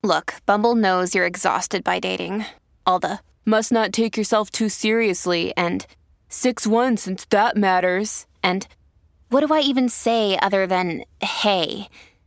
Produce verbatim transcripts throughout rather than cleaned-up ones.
Look, Bumble knows you're exhausted by dating. All the must not take yourself too seriously and six one since that matters. And what do I even say other than hey?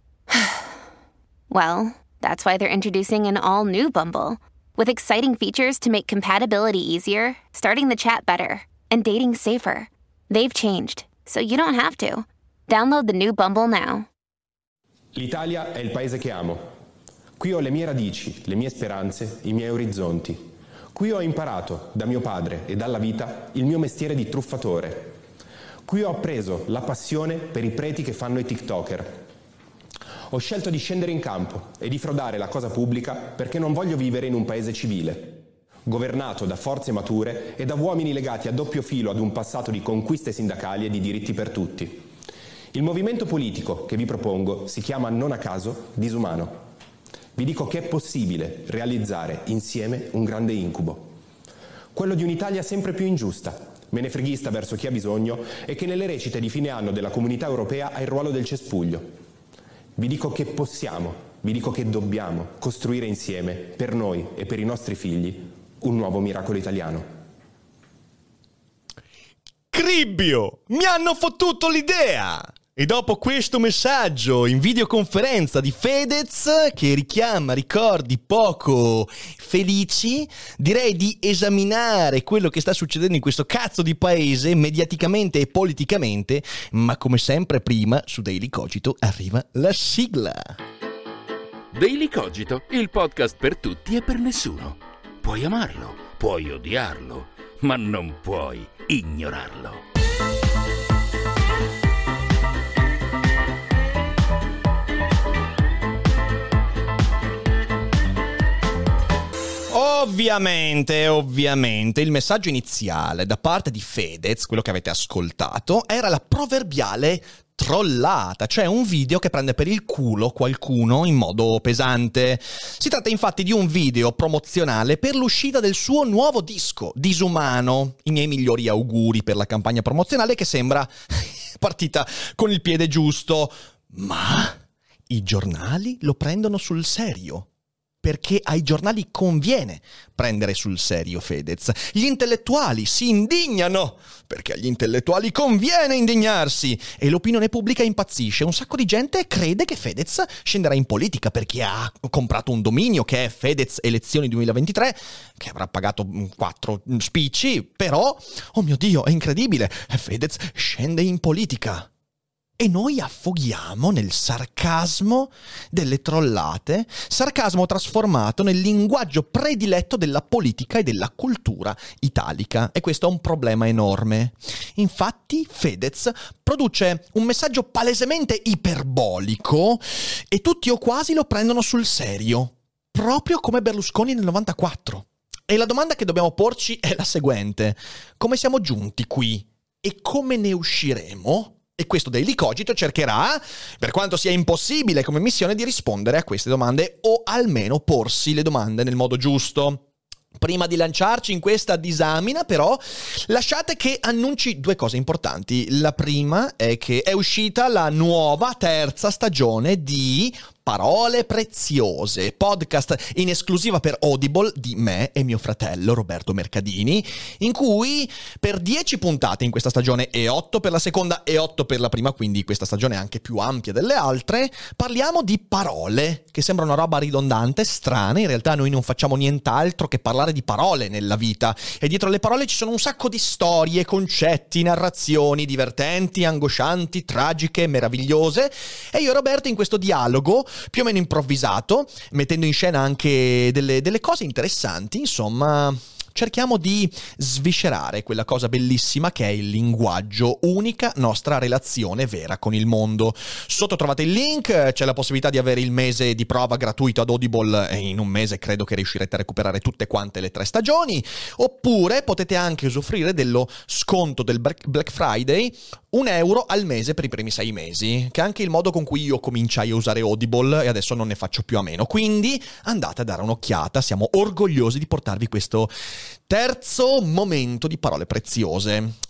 Well, that's why they're introducing an all-new Bumble with exciting features to make compatibility easier, starting the chat better, and dating safer. They've changed, so you don't have to. Download the new Bumble now. L'Italia è il paese che amo. Qui ho le mie radici, le mie speranze, i miei orizzonti. Qui ho imparato da mio padre e dalla vita il mio mestiere di truffatore. Qui ho appreso la passione per i preti che fanno i TikToker. Ho scelto di scendere in campo e di frodare la cosa pubblica perché non voglio vivere in un paese civile, governato da forze mature e da uomini legati a doppio filo ad un passato di conquiste sindacali e di diritti per tutti. Il movimento politico che vi propongo si chiama, non a caso, Disumano. Vi dico che è possibile realizzare insieme un grande incubo. Quello di un'Italia sempre più ingiusta, menefreghista verso chi ha bisogno e che nelle recite di fine anno della Comunità Europea ha il ruolo del cespuglio. Vi dico che possiamo, vi dico che dobbiamo costruire insieme, per noi e per i nostri figli, un nuovo miracolo italiano. Cribbio! Mi hanno fottuto l'idea! E dopo questo messaggio in videoconferenza di Fedez, che richiama ricordi poco felici, direi di esaminare quello che sta succedendo in questo cazzo di paese, mediaticamente e politicamente, ma come sempre prima, su Daily Cogito, arriva la sigla. Daily Cogito, il podcast per tutti e per nessuno. Puoi amarlo, puoi odiarlo, ma non puoi ignorarlo. Ovviamente, ovviamente, il messaggio iniziale da parte di Fedez, quello che avete ascoltato, era la proverbiale trollata, cioè un video che prende per il culo qualcuno in modo pesante. Si tratta infatti di un video promozionale per l'uscita del suo nuovo disco, Disumano. I miei migliori auguri per la campagna promozionale che sembra partita con il piede giusto. Ma i giornali lo prendono sul serio. Perché ai giornali conviene prendere sul serio Fedez. Gli intellettuali si indignano, perché agli intellettuali conviene indignarsi. E l'opinione pubblica impazzisce. Un sacco di gente crede che Fedez scenderà in politica perché ha comprato un dominio che è Fedez Elezioni duemilaventitré, che avrà pagato quattro spicci, però, oh mio Dio, è incredibile, Fedez scende in politica. E noi affoghiamo nel sarcasmo delle trollate, sarcasmo trasformato nel linguaggio prediletto della politica e della cultura italica. E questo è un problema enorme. Infatti Fedez produce un messaggio palesemente iperbolico e tutti o quasi lo prendono sul serio, proprio come Berlusconi nel novantaquattro. E la domanda che dobbiamo porci è la seguente: come siamo giunti qui e come ne usciremo? E questo Daily Cogito cercherà, per quanto sia impossibile come missione, di rispondere a queste domande o almeno porsi le domande nel modo giusto. Prima di lanciarci in questa disamina, però, lasciate che annunci due cose importanti. La prima è che è uscita la nuova terza stagione di Parole Preziose, podcast in esclusiva per Audible di me e mio fratello Roberto Mercadini, in cui per dieci puntate in questa stagione e otto per la seconda e otto per la prima, quindi questa stagione è anche più ampia delle altre, parliamo di parole, che sembra una roba ridondante, strana. In realtà noi non facciamo nient'altro che parlare di parole nella vita, e dietro le parole ci sono un sacco di storie, concetti, narrazioni divertenti, angoscianti, tragiche, meravigliose, e io e Roberto in questo dialogo più o meno improvvisato, mettendo in scena anche delle, delle cose interessanti, insomma, cerchiamo di sviscerare quella cosa bellissima che è il linguaggio, unica nostra relazione vera con il mondo. Sotto trovate il link, c'è la possibilità di avere il mese di prova gratuito ad Audible e in un mese credo che riuscirete a recuperare tutte quante le tre stagioni, oppure potete anche usufruire dello sconto del Black Friday, un euro al mese per i primi sei mesi, che è anche il modo con cui io cominciai a usare Audible e adesso non ne faccio più a meno. Quindi andate a dare un'occhiata, siamo orgogliosi di portarvi questo terzo momento di Parole Preziose.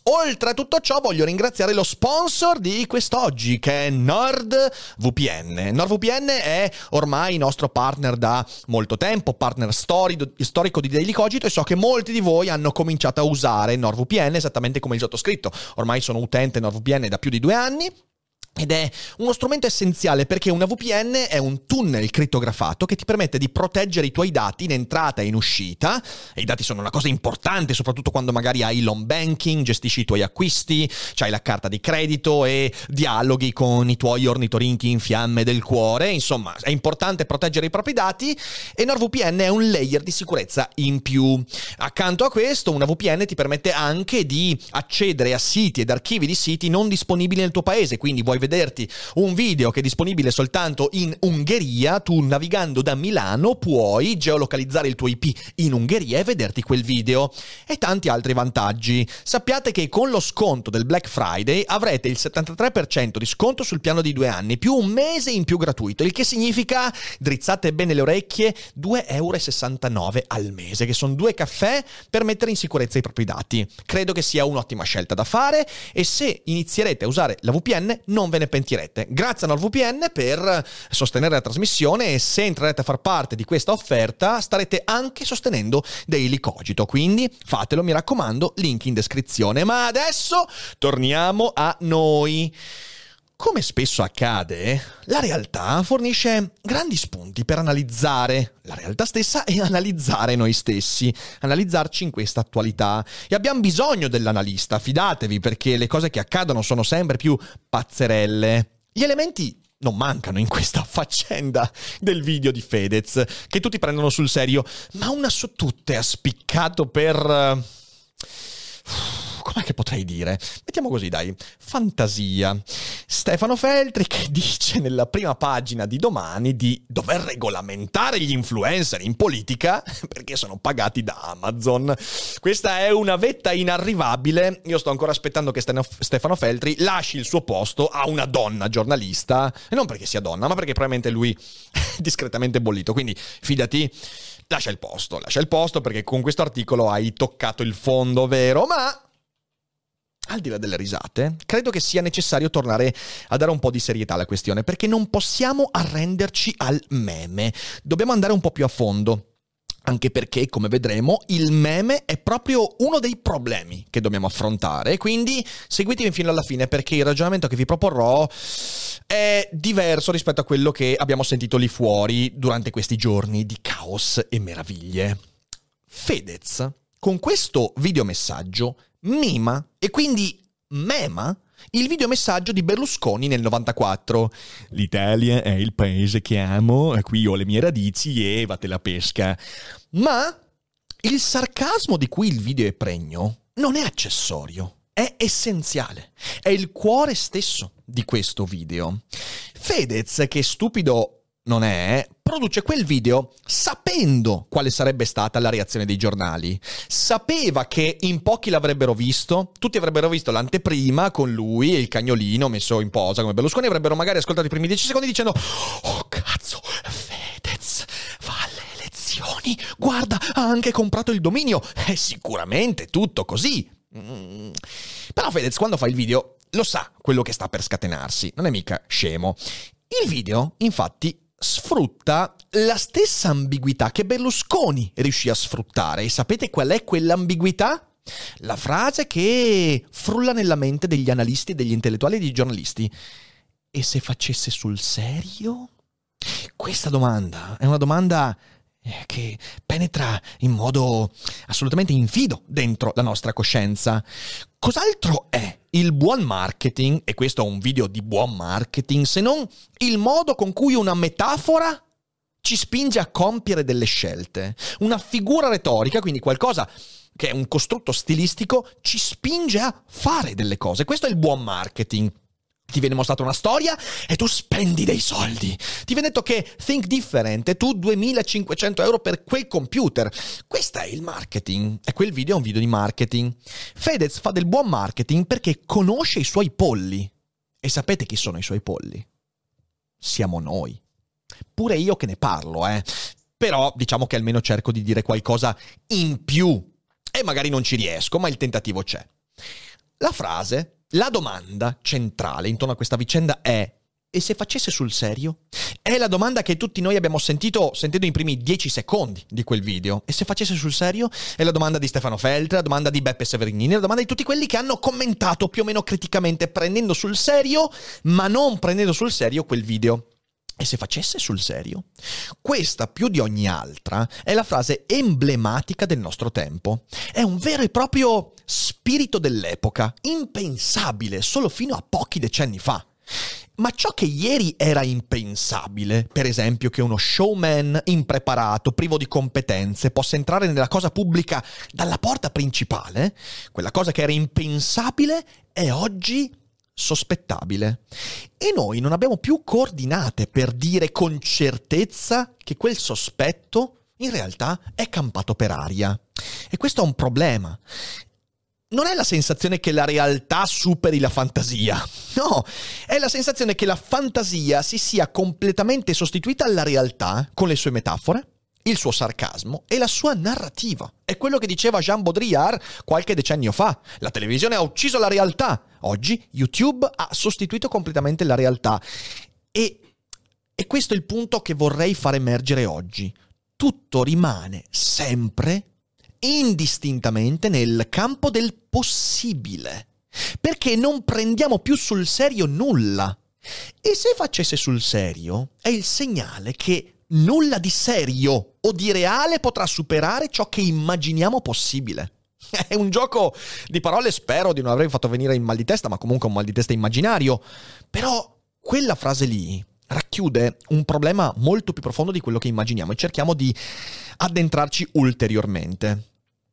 Oltre a tutto ciò voglio ringraziare lo sponsor di quest'oggi, che è NordVPN. NordVPN è ormai nostro partner da molto tempo, partner stori- storico di Daily Cogito, e so che molti di voi hanno cominciato a usare NordVPN esattamente come il sottoscritto. Ormai sono utente NordVPN da più di due anni. Ed è uno strumento essenziale perché una V P N è un tunnel crittografato che ti permette di proteggere i tuoi dati in entrata e in uscita. E i dati sono una cosa importante, soprattutto quando magari hai l'home banking, gestisci i tuoi acquisti, c'hai la carta di credito e dialoghi con i tuoi ornitorinchi in fiamme del cuore. Insomma, è importante proteggere i propri dati e NordVPN è un layer di sicurezza in più. Accanto a questo, una V P N ti permette anche di accedere a siti ed archivi di siti non disponibili nel tuo paese, quindi vuoi vederti un video che è disponibile soltanto in Ungheria, tu navigando da Milano puoi geolocalizzare il tuo I P in Ungheria e vederti quel video, e tanti altri vantaggi. Sappiate che con lo sconto del Black Friday avrete il settantatré per cento di sconto sul piano di due anni più un mese in più gratuito, il che significa, drizzate bene le orecchie, due e sessantanove euro al mese, che sono due caffè per mettere in sicurezza i propri dati. Credo che sia un'ottima scelta da fare, e se inizierete a usare la V P N non ve ne pentirete. Grazie a NordVPN per sostenere la trasmissione, e se entrerete a far parte di questa offerta starete anche sostenendo Daily Cogito, quindi fatelo, mi raccomando, link in descrizione. Ma adesso torniamo a noi. Come spesso accade, la realtà fornisce grandi spunti per analizzare la realtà stessa e analizzare noi stessi, analizzarci in questa attualità. E abbiamo bisogno dell'analista, fidatevi, perché le cose che accadono sono sempre più pazzerelle. Gli elementi non mancano in questa faccenda del video di Fedez, che tutti prendono sul serio, ma una su tutte ha spiccato per... com'è che potrei dire? Mettiamo così, dai, fantasia. Stefano Feltri che dice nella prima pagina di Domani di dover regolamentare gli influencer in politica perché sono pagati da Amazon. Questa è una vetta inarrivabile. Io sto ancora aspettando che Stefano Feltri lasci il suo posto a una donna giornalista, e non perché sia donna, ma perché probabilmente lui è discretamente bollito. Quindi fidati, lascia il posto, lascia il posto perché con questo articolo hai toccato il fondo vero. Ma al di là delle risate, credo che sia necessario tornare a dare un po' di serietà alla questione, perché non possiamo arrenderci al meme. Dobbiamo andare un po' più a fondo, anche perché, come vedremo, il meme è proprio uno dei problemi che dobbiamo affrontare. Quindi seguitemi fino alla fine, perché il ragionamento che vi proporrò è diverso rispetto a quello che abbiamo sentito lì fuori durante questi giorni di caos e meraviglie. Fedez, con questo videomessaggio, mima e quindi mema il videomessaggio di Berlusconi nel novantaquattro. L'Italia è il paese che amo, qui ho le mie radici e vate la pesca. Ma il sarcasmo di cui il video è pregno non è accessorio, è essenziale, è il cuore stesso di questo video. Fedez, che stupido non è, produce quel video sapendo quale sarebbe stata la reazione dei giornali. Sapeva che in pochi l'avrebbero visto, tutti avrebbero visto l'anteprima con lui e il cagnolino messo in posa come Berlusconi, avrebbero magari ascoltato i primi dieci secondi dicendo «Oh cazzo, Fedez va alle elezioni, guarda, ha anche comprato il dominio, è sicuramente tutto così». Mm. Però Fedez, quando fa il video, lo sa quello che sta per scatenarsi, non è mica scemo. Il video, infatti, sfrutta la stessa ambiguità che Berlusconi riuscì a sfruttare. E sapete qual è quell'ambiguità? La frase che frulla nella mente degli analisti, degli intellettuali e dei giornalisti. E se facesse sul serio? Questa domanda è una domanda che penetra in modo assolutamente infido dentro la nostra coscienza. Cos'altro è il buon marketing, e questo è un video di buon marketing, se non il modo con cui una metafora ci spinge a compiere delle scelte? Una figura retorica, quindi qualcosa che è un costrutto stilistico, ci spinge a fare delle cose. Questo è il buon marketing. Ti viene mostrata una storia e tu spendi dei soldi. Ti viene detto che think different e tu duemilacinquecento euro per quel computer. Questo è il marketing. E quel video è un video di marketing. Fedez fa del buon marketing perché conosce i suoi polli. E sapete chi sono i suoi polli? Siamo noi. Pure io che ne parlo, eh. Però diciamo che almeno cerco di dire qualcosa in più. E magari non ci riesco, ma il tentativo c'è. La frase, la domanda centrale intorno a questa vicenda è: e se facesse sul serio? È la domanda che tutti noi abbiamo sentito sentendo i primi dieci secondi di quel video. E se facesse sul serio? È la domanda di Stefano Feltri, la domanda di Beppe Severnini, la domanda di tutti quelli che hanno commentato più o meno criticamente, prendendo sul serio, ma non prendendo sul serio quel video. E se facesse sul serio? Questa, più di ogni altra, è la frase emblematica del nostro tempo. È un vero e proprio spirito dell'epoca, impensabile solo fino a pochi decenni fa. Ma ciò che ieri era impensabile, per esempio che uno showman impreparato, privo di competenze, possa entrare nella cosa pubblica dalla porta principale, quella cosa che era impensabile è oggi sospettabile. E noi non abbiamo più coordinate per dire con certezza che quel sospetto in realtà è campato per aria. E questo è un problema. Non è la sensazione che la realtà superi la fantasia, no, è la sensazione che la fantasia si sia completamente sostituita alla realtà con le sue metafore, il suo sarcasmo e la sua narrativa. È quello che diceva Jean Baudrillard qualche decennio fa. La televisione ha ucciso la realtà. Oggi YouTube ha sostituito completamente la realtà. E, e questo è il punto che vorrei far emergere oggi. Tutto rimane sempre indistintamente nel campo del possibile, perché non prendiamo più sul serio nulla. E se facesse sul serio è il segnale che nulla di serio o di reale potrà superare ciò che immaginiamo possibile. È un gioco di parole, spero di non aver fatto venire il mal di testa, ma comunque un mal di testa immaginario. Però quella frase lì racchiude un problema molto più profondo di quello che immaginiamo e cerchiamo di addentrarci ulteriormente.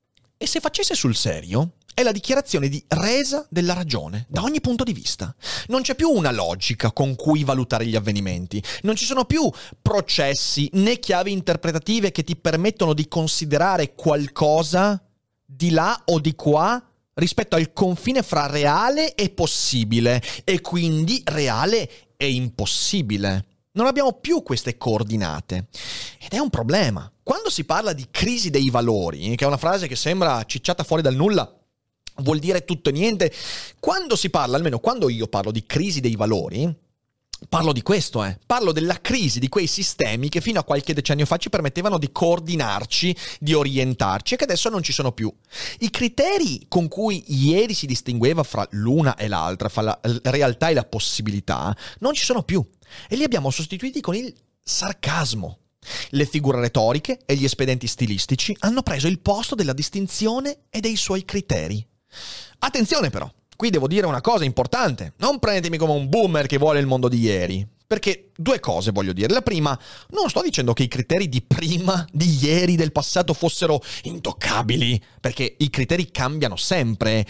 E se facesse sul serio, è la dichiarazione di resa della ragione, da ogni punto di vista. Non c'è più una logica con cui valutare gli avvenimenti, non ci sono più processi né chiavi interpretative che ti permettono di considerare qualcosa di là o di qua rispetto al confine fra reale e possibile, e quindi reale e impossibile. Non abbiamo più queste coordinate ed è un problema. Quando si parla di crisi dei valori, che è una frase che sembra cicciata fuori dal nulla, vuol dire tutto e niente, quando si parla, almeno quando io parlo di crisi dei valori, parlo di questo, eh. Parlo della crisi di quei sistemi che fino a qualche decennio fa ci permettevano di coordinarci, di orientarci e che adesso non ci sono più. I criteri con cui ieri si distingueva fra l'una e l'altra, fra la realtà e la possibilità, non ci sono più. E li abbiamo sostituiti con il sarcasmo. Le figure retoriche e gli espedienti stilistici hanno preso il posto della distinzione e dei suoi criteri. Attenzione però, qui devo dire una cosa importante. Non prendetemi come un boomer che vuole il mondo di ieri. Perché due cose voglio dire. La prima, non sto dicendo che i criteri di prima, di ieri, del passato fossero intoccabili, perché i criteri cambiano sempre.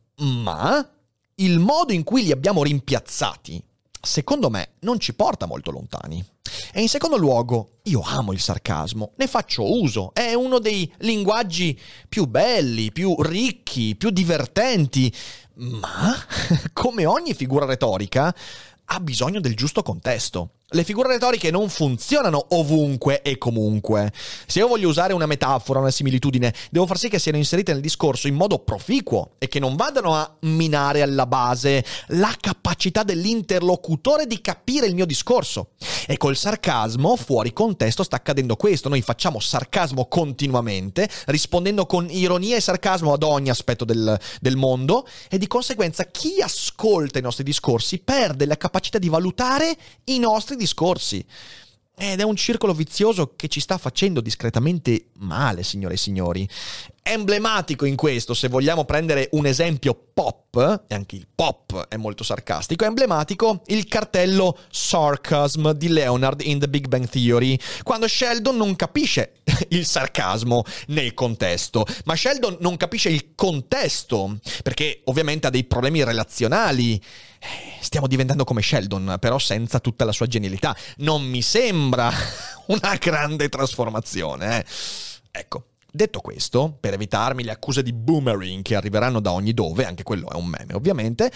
Ma il modo in cui li abbiamo rimpiazzati, secondo me, non ci porta molto lontani. E in secondo luogo, io amo il sarcasmo, ne faccio uso, è uno dei linguaggi più belli, più ricchi, più divertenti, ma, come ogni figura retorica, ha bisogno del giusto contesto. Le figure retoriche non funzionano ovunque e comunque. Se io voglio usare una metafora, una similitudine, devo far sì che siano inserite nel discorso in modo proficuo e che non vadano a minare alla base la capacità dell'interlocutore di capire il mio discorso. E col sarcasmo, fuori contesto, sta accadendo questo. Noi facciamo sarcasmo continuamente, rispondendo con ironia e sarcasmo ad ogni aspetto del, del mondo, e di conseguenza chi ascolta i nostri discorsi perde la capacità di valutare i nostri discorsi. Ed è un circolo vizioso che ci sta facendo discretamente male, signore e signori. Emblematico in questo, se vogliamo prendere un esempio pop, e anche il pop è molto sarcastico, è emblematico il cartello sarcasm di Leonard in The Big Bang Theory, quando Sheldon non capisce il sarcasmo nel contesto, ma Sheldon non capisce il contesto, perché ovviamente ha dei problemi relazionali. Stiamo diventando come Sheldon, però senza tutta la sua genialità. Non mi sembra una grande trasformazione, eh. Ecco. Detto questo, per evitarmi le accuse di boomerang che arriveranno da ogni dove, anche quello è un meme ovviamente,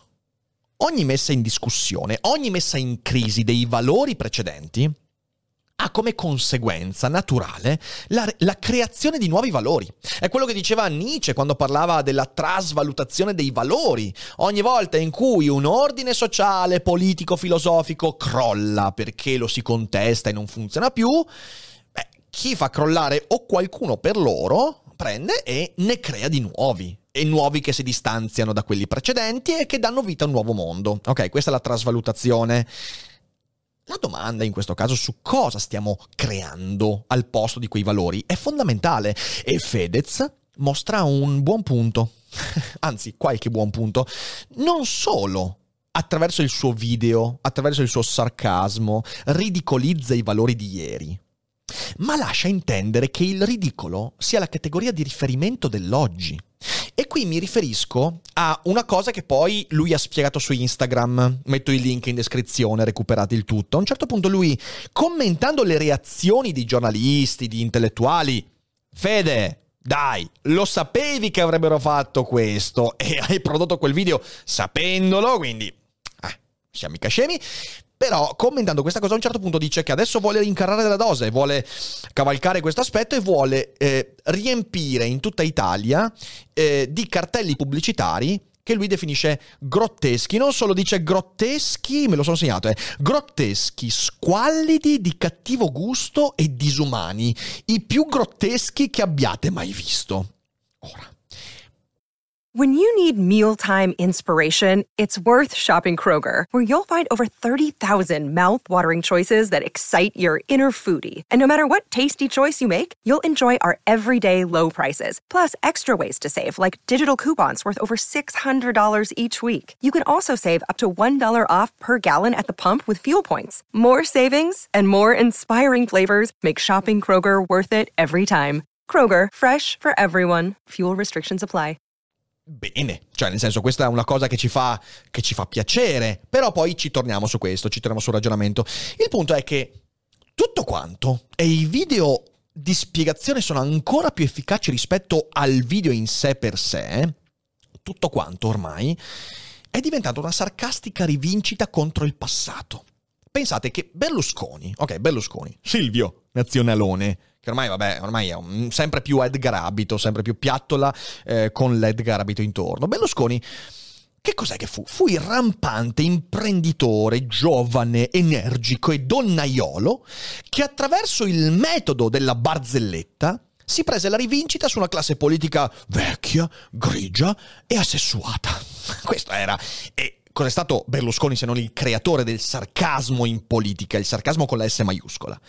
ogni messa in discussione, ogni messa in crisi dei valori precedenti ha come conseguenza naturale la, la creazione di nuovi valori. È quello che diceva Nietzsche quando parlava della trasvalutazione dei valori. Ogni volta in cui un ordine sociale, politico, filosofico crolla perché lo si contesta e non funziona più, beh, chi fa crollare o qualcuno per loro prende e ne crea di nuovi. E nuovi che si distanziano da quelli precedenti e che danno vita a un nuovo mondo. Ok, questa è la trasvalutazione. La domanda in questo caso su cosa stiamo creando al posto di quei valori è fondamentale e Fedez mostra un buon punto, anzi qualche buon punto, non solo attraverso il suo video, attraverso il suo sarcasmo, ridicolizza i valori di ieri, ma lascia intendere che il ridicolo sia la categoria di riferimento dell'oggi. E qui mi riferisco a una cosa che poi lui ha spiegato su Instagram, metto il link in descrizione, recuperate il tutto. A un certo punto lui, commentando le reazioni di giornalisti, di intellettuali, Fede, dai, lo sapevi che avrebbero fatto questo e hai prodotto quel video sapendolo, quindi, eh, siamo mica scemi. Però, commentando questa cosa, a un certo punto dice che adesso vuole rincarare della dose, vuole cavalcare questo aspetto e vuole eh, riempire in tutta Italia eh, di cartelli pubblicitari che lui definisce grotteschi. Non solo dice grotteschi, me lo sono segnato, eh, grotteschi, squallidi, di cattivo gusto e disumani. I più grotteschi che abbiate mai visto. Ora. When you need mealtime inspiration, it's worth shopping Kroger, where you'll find over thirty thousand mouth-watering choices that excite your inner foodie. And no matter what tasty choice you make, you'll enjoy our everyday low prices, plus extra ways to save, like digital coupons worth over six hundred dollars each week. You can also save up to one dollar off per gallon at the pump with fuel points. More savings and more inspiring flavors make shopping Kroger worth it every time. Kroger, fresh for everyone. Fuel restrictions apply. Bene, cioè nel senso questa è una cosa che ci fa che ci fa piacere, però poi ci torniamo su questo, ci torniamo sul ragionamento. Il punto è che tutto quanto e i video di spiegazione sono ancora più efficaci rispetto al video in sé per sé. Tutto quanto ormai è diventato una sarcastica rivincita contro il passato. Pensate che Berlusconi, ok, Berlusconi, Silvio Nazionalone, che ormai, vabbè, ormai è un, sempre più Edgar Abito, sempre più piattola eh, con l'Edgar Abito intorno. Berlusconi, che cos'è che fu? Fu il rampante imprenditore, giovane, energico e donnaiolo che attraverso il metodo della barzelletta si prese la rivincita su una classe politica vecchia, grigia e assessuata. Questo era... E cos'è stato Berlusconi se non il creatore del sarcasmo in politica, il sarcasmo con la S maiuscola?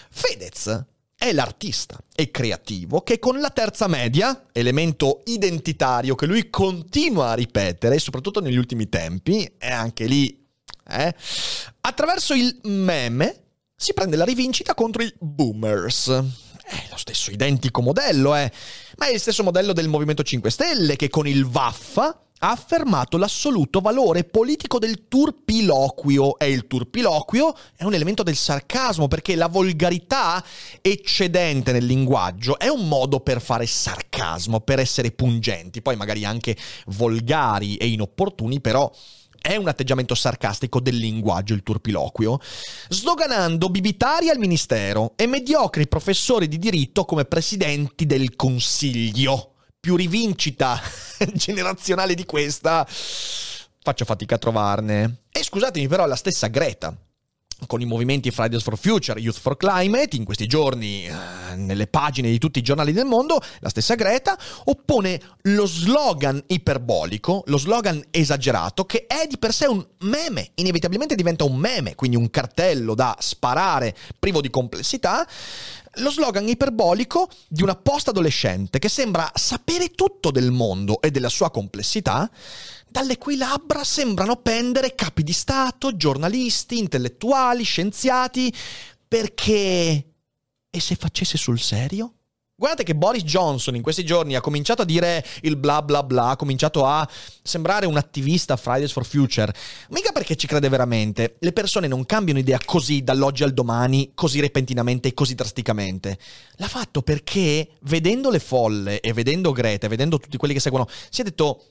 Fedez è l'artista e creativo che con la terza media, elemento identitario che lui continua a ripetere, soprattutto negli ultimi tempi, e anche lì, eh, attraverso il meme si prende la rivincita contro i boomers. È lo stesso identico modello, eh, ma è il stesso modello del Movimento cinque Stelle che con il Vaffa ha affermato l'assoluto valore politico del turpiloquio. E il turpiloquio è un elemento del sarcasmo, perché la volgarità eccedente nel linguaggio è un modo per fare sarcasmo, per essere pungenti, poi magari anche volgari e inopportuni, però è un atteggiamento sarcastico del linguaggio, il turpiloquio, sdoganando bibitari al ministero e mediocri professori di diritto come presidenti del Consiglio. Più rivincita generazionale di questa faccio fatica a trovarne. E scusatemi, però la stessa Greta, con i movimenti Fridays for Future, Youth for Climate, in questi giorni eh, nelle pagine di tutti i giornali del mondo, la stessa Greta oppone lo slogan iperbolico, lo slogan esagerato, che è di per sé un meme, inevitabilmente diventa un meme, quindi un cartello da sparare privo di complessità, lo slogan iperbolico di una post-adolescente che sembra sapere tutto del mondo e della sua complessità, dalle cui labbra sembrano pendere capi di Stato, giornalisti, intellettuali, scienziati, perché... E se facesse sul serio? Guardate che Boris Johnson in questi giorni ha cominciato a dire il bla bla bla, ha cominciato a sembrare un attivista Fridays for Future, mica perché ci crede veramente. Le persone non cambiano idea così dall'oggi al domani, così repentinamente e così drasticamente. L'ha fatto perché vedendo le folle e vedendo Greta e vedendo tutti quelli che seguono, si è detto...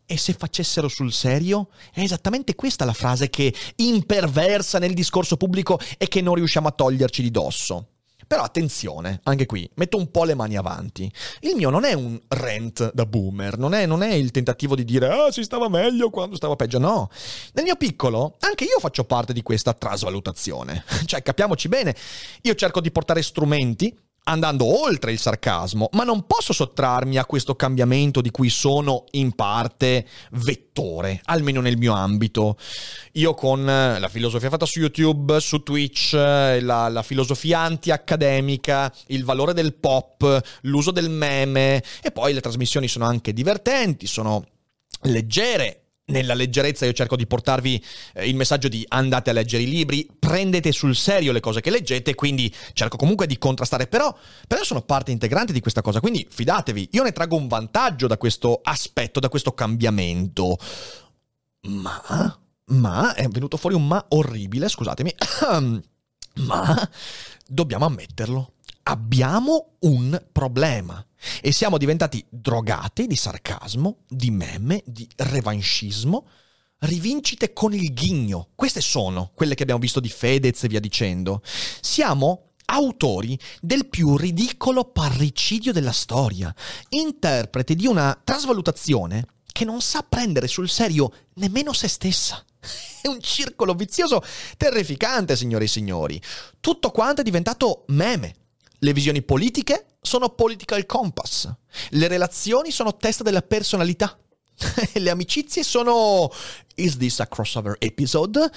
e se facessero sul serio? È esattamente questa la frase che imperversa nel discorso pubblico e che non riusciamo a toglierci di dosso. Però attenzione, anche qui, metto un po' le mani avanti. Il mio non è un rant da boomer, non è, non è il tentativo di dire «Ah, si stava meglio quando stava peggio», no. Nel mio piccolo, anche io faccio parte di questa trasvalutazione. Cioè, capiamoci bene, io cerco di portare strumenti andando oltre il sarcasmo, ma non posso sottrarmi a questo cambiamento di cui sono in parte vettore, almeno nel mio ambito. Io con la filosofia fatta su YouTube, su Twitch, la, la filosofia anti-accademica, il valore del pop, l'uso del meme, e poi le trasmissioni sono anche divertenti, sono leggere. Nella leggerezza io cerco di portarvi eh, il messaggio di andate a leggere i libri, prendete sul serio le cose che leggete, quindi cerco comunque di contrastare, però, però sono parte integrante di questa cosa, quindi fidatevi, io ne traggo un vantaggio da questo aspetto, da questo cambiamento. Ma, ma, è venuto fuori un ma orribile, scusatemi, ma dobbiamo ammetterlo. Abbiamo un problema e siamo diventati drogati di sarcasmo, di meme, di revanchismo, rivincite con il ghigno. Queste sono quelle che abbiamo visto di Fedez e via dicendo. Siamo autori del più ridicolo parricidio della storia, interpreti di una trasvalutazione che non sa prendere sul serio nemmeno se stessa. È un circolo vizioso terrificante, signore e signori. Tutto quanto è diventato meme. Le visioni politiche sono political compass. Le relazioni sono testa della personalità. Le amicizie sono is this a crossover episode?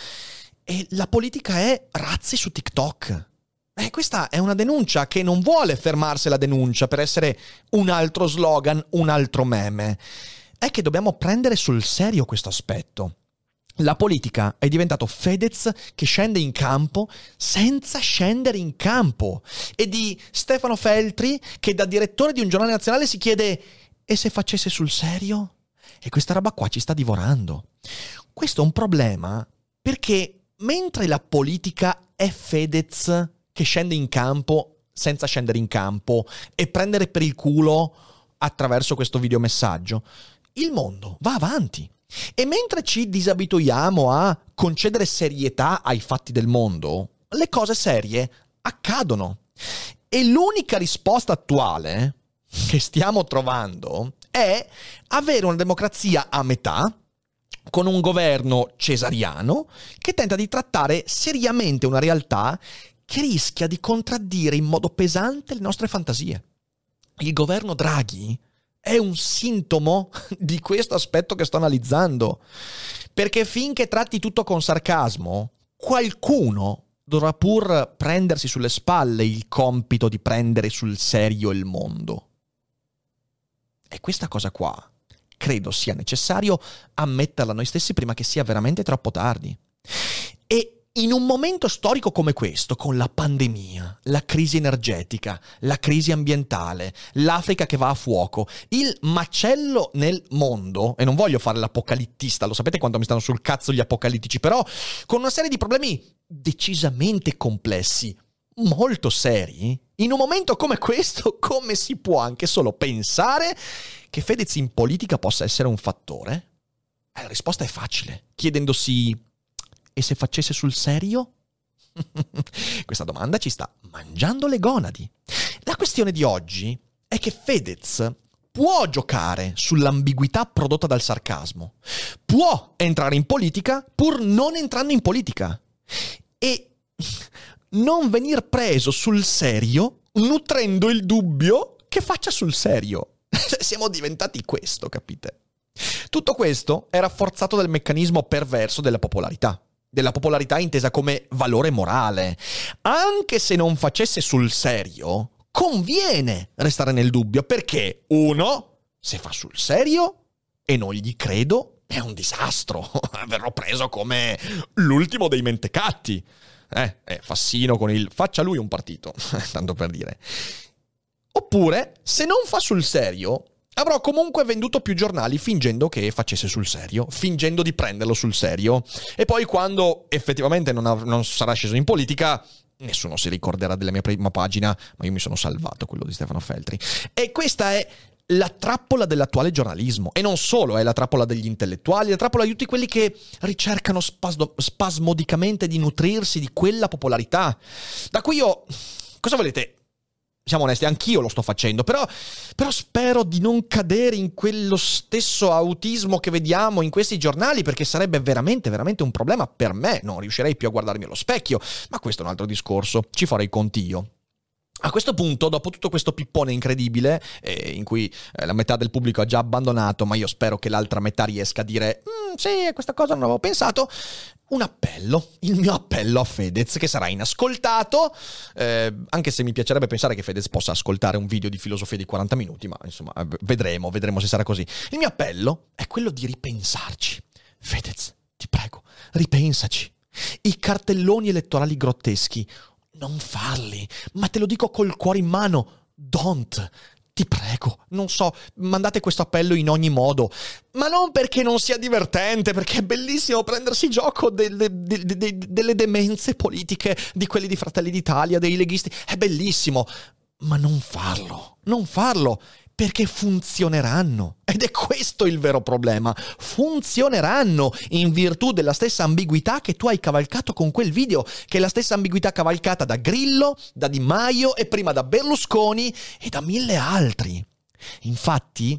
E la politica è razzi su TikTok. Eh, questa è una denuncia che non vuole fermarsi la denuncia per essere un altro slogan, un altro meme. È che dobbiamo prendere sul serio questo aspetto. La politica è diventato Fedez che scende in campo senza scendere in campo, e di Stefano Feltri che da direttore di un giornale nazionale si chiede «E se facesse sul serio?» E questa roba qua ci sta divorando. Questo è un problema perché mentre la politica è Fedez che scende in campo senza scendere in campo e prendere per il culo attraverso questo videomessaggio, il mondo va avanti. E mentre ci disabituiamo a concedere serietà ai fatti del mondo, le cose serie accadono. E l'unica risposta attuale che stiamo trovando è avere una democrazia a metà, con un governo cesariano che tenta di trattare seriamente una realtà che rischia di contraddire in modo pesante le nostre fantasie. Il governo Draghi è un sintomo di questo aspetto che sto analizzando, perché finché tratti tutto con sarcasmo, qualcuno dovrà pur prendersi sulle spalle il compito di prendere sul serio il mondo. E questa cosa qua credo sia necessario ammetterla noi stessi prima che sia veramente troppo tardi. E in un momento storico come questo, con la pandemia, la crisi energetica, la crisi ambientale, l'Africa che va a fuoco, il macello nel mondo, e non voglio fare l'apocalittista, lo sapete quanto mi stanno sul cazzo gli apocalittici, però con una serie di problemi decisamente complessi, molto seri, in un momento come questo, come si può anche solo pensare che Fedez in politica possa essere un fattore? Eh, la risposta è facile, chiedendosi: e se facesse sul serio? Questa domanda ci sta mangiando le gonadi. La questione di oggi è che Fedez può giocare sull'ambiguità prodotta dal sarcasmo, può entrare in politica pur non entrando in politica e non venir preso sul serio nutrendo il dubbio che faccia sul serio. Siamo diventati questo, capite? Tutto questo è rafforzato dal meccanismo perverso della popolarità. Della popolarità intesa come valore morale. Anche se non facesse sul serio, conviene restare nel dubbio, perché uno, se fa sul serio e non gli credo, è un disastro. Verrò preso come l'ultimo dei mentecatti. Eh, eh, Fassino con il faccia lui un partito, tanto per dire. Oppure, se non fa sul serio, avrò comunque venduto più giornali fingendo che facesse sul serio, fingendo di prenderlo sul serio. E poi quando effettivamente non, av- non sarà sceso in politica, nessuno si ricorderà della mia prima pagina, ma io mi sono salvato quello di Stefano Feltri. E questa è la trappola dell'attuale giornalismo. E non solo, è la trappola degli intellettuali, la trappola di tutti quelli che ricercano spasdo- spasmodicamente di nutrirsi di quella popolarità. Da cui io... Cosa volete? Siamo onesti, anch'io lo sto facendo, però, però spero di non cadere in quello stesso autismo che vediamo in questi giornali, perché sarebbe veramente, veramente un problema per me. Non riuscirei più a guardarmi allo specchio, ma questo è un altro discorso, ci farò i conti io. A questo punto, dopo tutto questo pippone incredibile, eh, in cui eh, la metà del pubblico ha già abbandonato, ma io spero che l'altra metà riesca a dire mm, sì, questa cosa non avevo pensato, un appello, il mio appello a Fedez, che sarà inascoltato, eh, anche se mi piacerebbe pensare che Fedez possa ascoltare un video di filosofia di quaranta minuti, ma insomma, vedremo, vedremo se sarà così. Il mio appello è quello di ripensarci. Fedez, ti prego, ripensaci. I cartelloni elettorali grotteschi, non farli, ma te lo dico col cuore in mano, don't, ti prego, non so, mandate questo appello in ogni modo, ma non perché non sia divertente, perché è bellissimo prendersi gioco delle, de, de, de, delle demenze politiche di quelli di Fratelli d'Italia, dei leghisti, è bellissimo, ma non farlo, non farlo, perché funzioneranno. Ed è questo il vero problema. Funzioneranno in virtù della stessa ambiguità che tu hai cavalcato con quel video, che è la stessa ambiguità cavalcata da Grillo, da Di Maio e prima da Berlusconi e da mille altri. Infatti,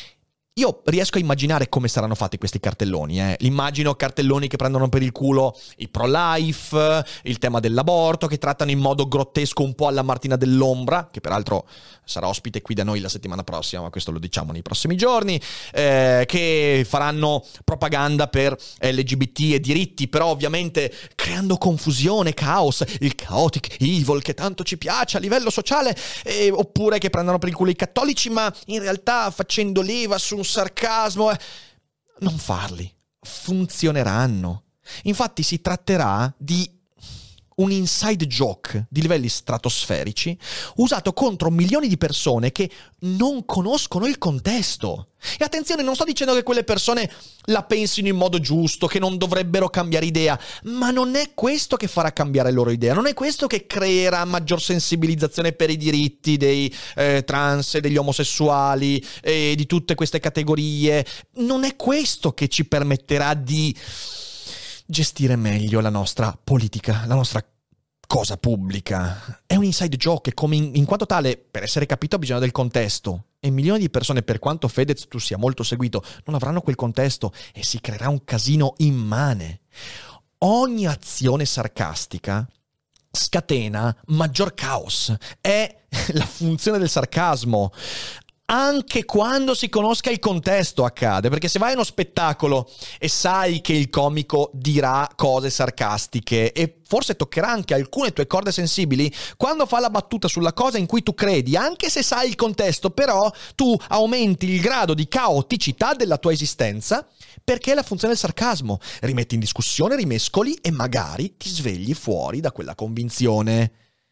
io riesco a immaginare come saranno fatti questi cartelloni, eh. Immagino cartelloni che prendono per il culo i pro-life, il tema dell'aborto, che trattano in modo grottesco un po' alla Martina Dell'Ombra, che peraltro sarà ospite qui da noi la settimana prossima, ma questo lo diciamo nei prossimi giorni, eh, che faranno propaganda per L G B T e diritti, però ovviamente creando confusione, caos, il chaotic evil che tanto ci piace a livello sociale, eh, oppure che prendano per il culo i cattolici, ma in realtà facendo leva su un sarcasmo. Eh. Non farli, funzioneranno. Infatti si tratterà di un inside joke di livelli stratosferici usato contro milioni di persone che non conoscono il contesto. E attenzione, non sto dicendo che quelle persone la pensino in modo giusto, che non dovrebbero cambiare idea, ma non è questo che farà cambiare loro idea, non è questo che creerà maggior sensibilizzazione per i diritti dei eh, trans e degli omosessuali e di tutte queste categorie, non è questo che ci permetterà di gestire meglio la nostra politica, la nostra cosa pubblica. È un inside joke e come in, in quanto tale, per essere capito, ha bisogno del contesto. E milioni di persone, per quanto Fedez tu sia molto seguito, non avranno quel contesto e si creerà un casino immane. Ogni azione sarcastica scatena maggior caos. È la funzione del sarcasmo. Anche quando si conosca il contesto accade, perché se vai a uno spettacolo e sai che il comico dirà cose sarcastiche e forse toccherà anche alcune tue corde sensibili, quando fa la battuta sulla cosa in cui tu credi, anche se sai il contesto, però tu aumenti il grado di caoticità della tua esistenza, perché è la funzione del sarcasmo. Rimetti in discussione, rimescoli e magari ti svegli fuori da quella convinzione.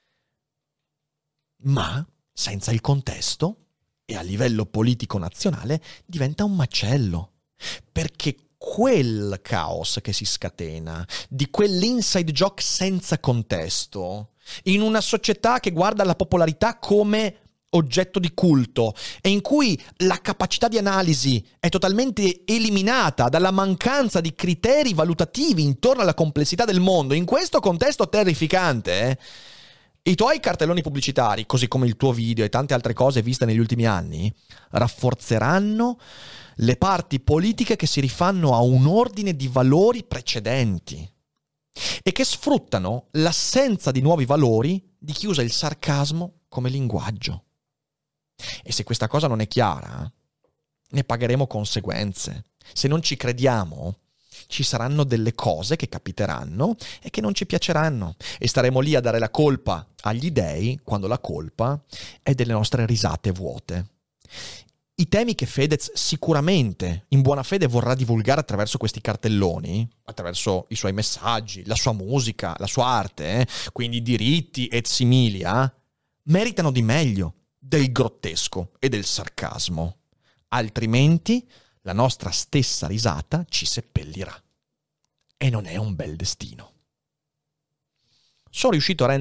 Ma senza il contesto, e a livello politico nazionale, diventa un macello. Perché quel caos che si scatena, di quell'inside joke senza contesto, in una società che guarda la popolarità come oggetto di culto e in cui la capacità di analisi è totalmente eliminata dalla mancanza di criteri valutativi intorno alla complessità del mondo, in questo contesto terrificante, eh, i tuoi cartelloni pubblicitari, così come il tuo video e tante altre cose viste negli ultimi anni, rafforzeranno le parti politiche che si rifanno a un ordine di valori precedenti e che sfruttano l'assenza di nuovi valori di chi usa il sarcasmo come linguaggio. E se questa cosa non è chiara, ne pagheremo conseguenze. Se non ci crediamo, ci saranno delle cose che capiteranno e che non ci piaceranno e staremo lì a dare la colpa agli dèi quando la colpa è delle nostre risate vuote. I temi che Fedez sicuramente in buona fede vorrà divulgare attraverso questi cartelloni, attraverso i suoi messaggi, la sua musica, la sua arte, eh, quindi diritti et similia, meritano di meglio del grottesco e del sarcasmo. Altrimenti la nostra stessa risata ci seppellirà. E non è un bel destino. Sono riuscito a rendere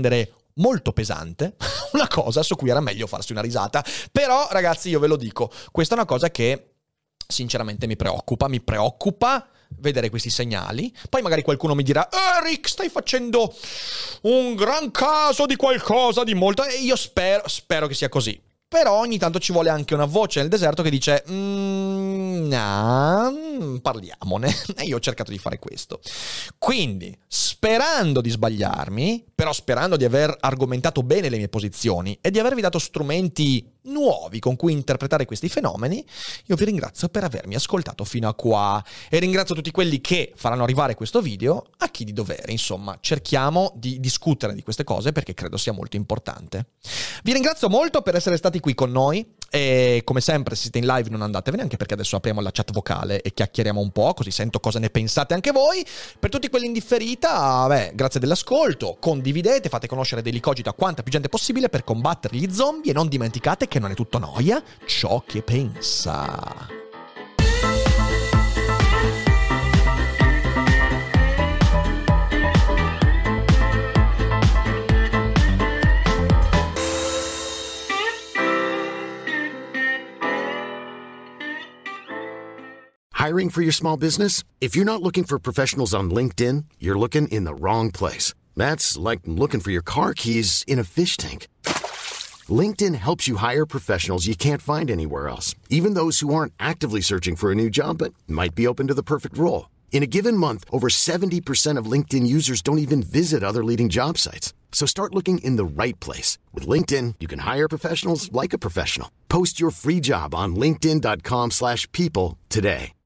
molto pesante, una cosa su cui era meglio farsi una risata. Però, ragazzi, io ve lo dico, questa è una cosa che sinceramente mi preoccupa, mi preoccupa vedere questi segnali. Poi magari qualcuno mi dirà: Eric, stai facendo un gran caso di qualcosa di molto... E io spero, spero che sia così. Però ogni tanto ci vuole anche una voce nel deserto che dice mm, nah, parliamone. E io ho cercato di fare questo. Quindi, sperando di sbagliarmi, però sperando di aver argomentato bene le mie posizioni e di avervi dato strumenti nuovi con cui interpretare questi fenomeni, io vi ringrazio per avermi ascoltato fino a qua e ringrazio tutti quelli che faranno arrivare questo video a chi di dovere. Insomma, cerchiamo di discutere di queste cose perché credo sia molto importante. Vi ringrazio molto per essere stati qui con noi e come sempre se siete in live non andatevene, anche perché adesso apriamo la chat vocale e chiacchieriamo un po', così sento cosa ne pensate anche voi. Per tutti quelli in differita, beh, grazie dell'ascolto, condividete, fate conoscere Daily Cogito a quanta più gente possibile per combattere gli zombie e non dimenticate che non è tutto noia ciò che pensa. Hiring for your small business? If you're not looking for professionals on LinkedIn, you're looking in the wrong place. That's like looking for your car keys in a fish tank. LinkedIn helps you hire professionals you can't find anywhere else, even those who aren't actively searching for a new job but might be open to the perfect role. In a given month, over seventy percent of LinkedIn users don't even visit other leading job sites. So start looking in the right place. With LinkedIn, you can hire professionals like a professional. Post your free job on linkedin dot com slash people today.